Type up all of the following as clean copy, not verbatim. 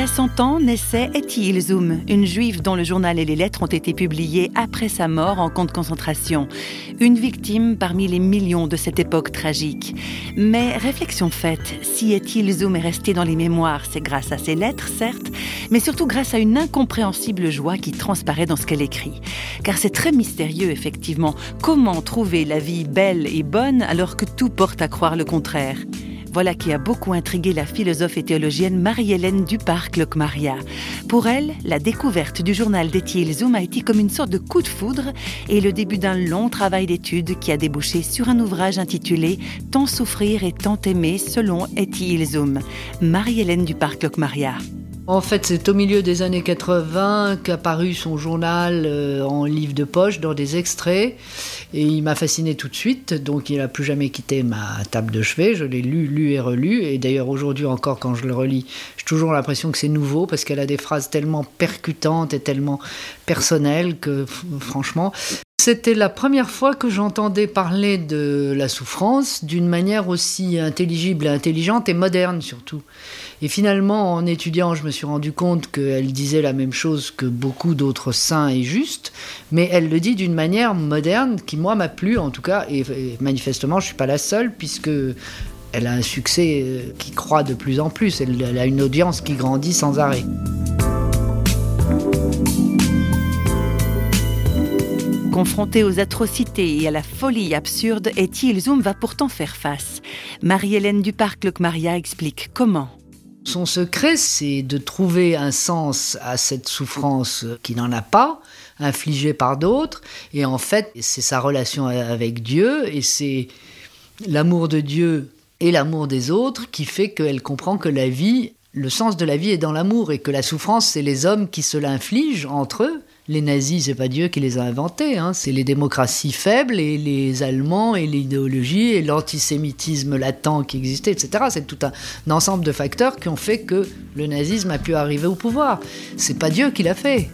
a 100 ans naissait Etty Ilzoum, une juive dont le journal et les lettres ont été publiés après sa mort en camp de concentration. Une victime parmi les millions de cette époque tragique. Mais réflexion faite, si Etty Ilzoum est restée dans les mémoires, c'est grâce à ses lettres, certes, mais surtout grâce à une incompréhensible joie qui transparaît dans ce qu'elle écrit. Car c'est très mystérieux, effectivement. Comment trouver la vie belle et bonne alors que tout porte à croire le contraire ? Voilà qui a beaucoup intrigué la philosophe et théologienne Marie-Hélène Duparc-Locmaria. Pour elle, la découverte du journal d'Etty Ilzoum a été comme une sorte de coup de foudre et le début d'un long travail d'étude qui a débouché sur un ouvrage intitulé « Tant souffrir et tant aimer » selon Etty Ilzoum. Marie-Hélène Duparc-Locmaria. En fait, c'est au milieu des années 80 qu'a paru son journal en livre de poche, dans des extraits. Et il m'a fasciné tout de suite, donc il n'a plus jamais quitté ma table de chevet. Je l'ai lu et relu. Et d'ailleurs, aujourd'hui encore, quand je le relis, j'ai toujours l'impression que c'est nouveau, parce qu'elle a des phrases tellement percutantes et tellement personnelles que, franchement... C'était la première fois que j'entendais parler de la souffrance d'une manière aussi intelligible et intelligente et moderne surtout. Et finalement, en étudiant, je me suis rendu compte qu'elle disait la même chose que beaucoup d'autres saints et justes, mais elle le dit d'une manière moderne qui, moi, m'a plu en tout cas, et manifestement, je ne suis pas la seule, puisque elle a un succès qui croît de plus en plus. Elle a une audience qui grandit sans arrêt. Confrontée aux atrocités et à la folie absurde, Etty Ilzoum va pourtant faire face. Marie-Hélène Duparc-Locmaria explique comment. Son secret, c'est de trouver un sens à cette souffrance qui n'en a pas, infligée par d'autres. Et en fait, c'est sa relation avec Dieu et c'est l'amour de Dieu et l'amour des autres qui fait qu'elle comprend que la vie, le sens de la vie est dans l'amour et que la souffrance, c'est les hommes qui se l'infligent entre eux. Les nazis, c'est pas Dieu qui les a inventés, c'est les démocraties faibles et les Allemands et l'idéologie et l'antisémitisme latent qui existait, etc. C'est tout un ensemble de facteurs qui ont fait que le nazisme a pu arriver au pouvoir. C'est pas Dieu qui l'a fait.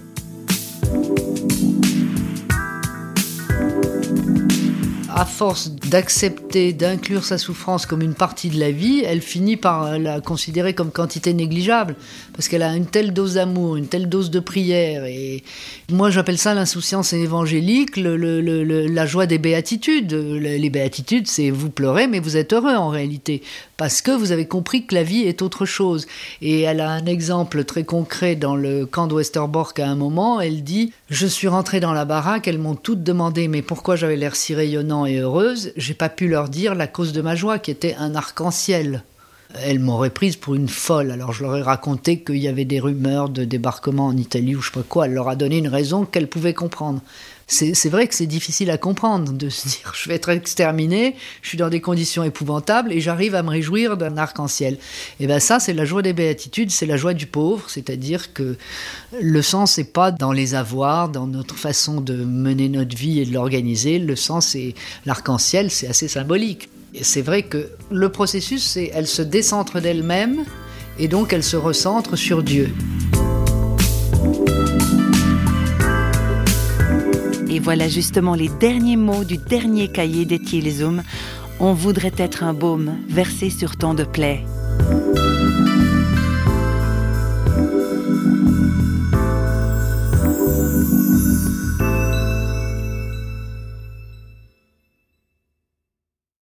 À force d'accepter, d'inclure sa souffrance comme une partie de la vie, elle finit par la considérer comme quantité négligeable, parce qu'elle a une telle dose d'amour, une telle dose de prière. Et moi, j'appelle ça l'insouciance évangélique, la joie des béatitudes. Les béatitudes, c'est vous pleurez, mais vous êtes heureux en réalité, parce que vous avez compris que la vie est autre chose. Et elle a un exemple très concret dans le camp de Westerbork à un moment. Elle dit « Je suis rentrée dans la baraque, elles m'ont toutes demandé mais pourquoi j'avais l'air si rayonnant et heureuse, j'ai pas pu leur dire la cause de ma joie qui était un arc-en-ciel. » Elles m'auraient prise pour une folle, alors je leur ai raconté qu'il y avait des rumeurs de débarquement en Italie ou je sais pas quoi. Elle leur a donné une raison qu'elles pouvaient comprendre. C'est vrai que c'est difficile à comprendre, de se dire je vais être exterminé, je suis dans des conditions épouvantables et j'arrive à me réjouir d'un arc-en-ciel. Et bien ça, c'est la joie des béatitudes, c'est la joie du pauvre, c'est-à-dire que le sens n'est pas dans les avoirs, dans notre façon de mener notre vie et de l'organiser. Le sens, c'est l'arc-en-ciel, c'est assez symbolique. Et c'est vrai que le processus, c'est elle se décentre d'elle-même et donc elle se recentre sur Dieu. Et voilà justement les derniers mots du dernier cahier d'Etty Ilzoum. On voudrait être un baume versé sur tant de plaies.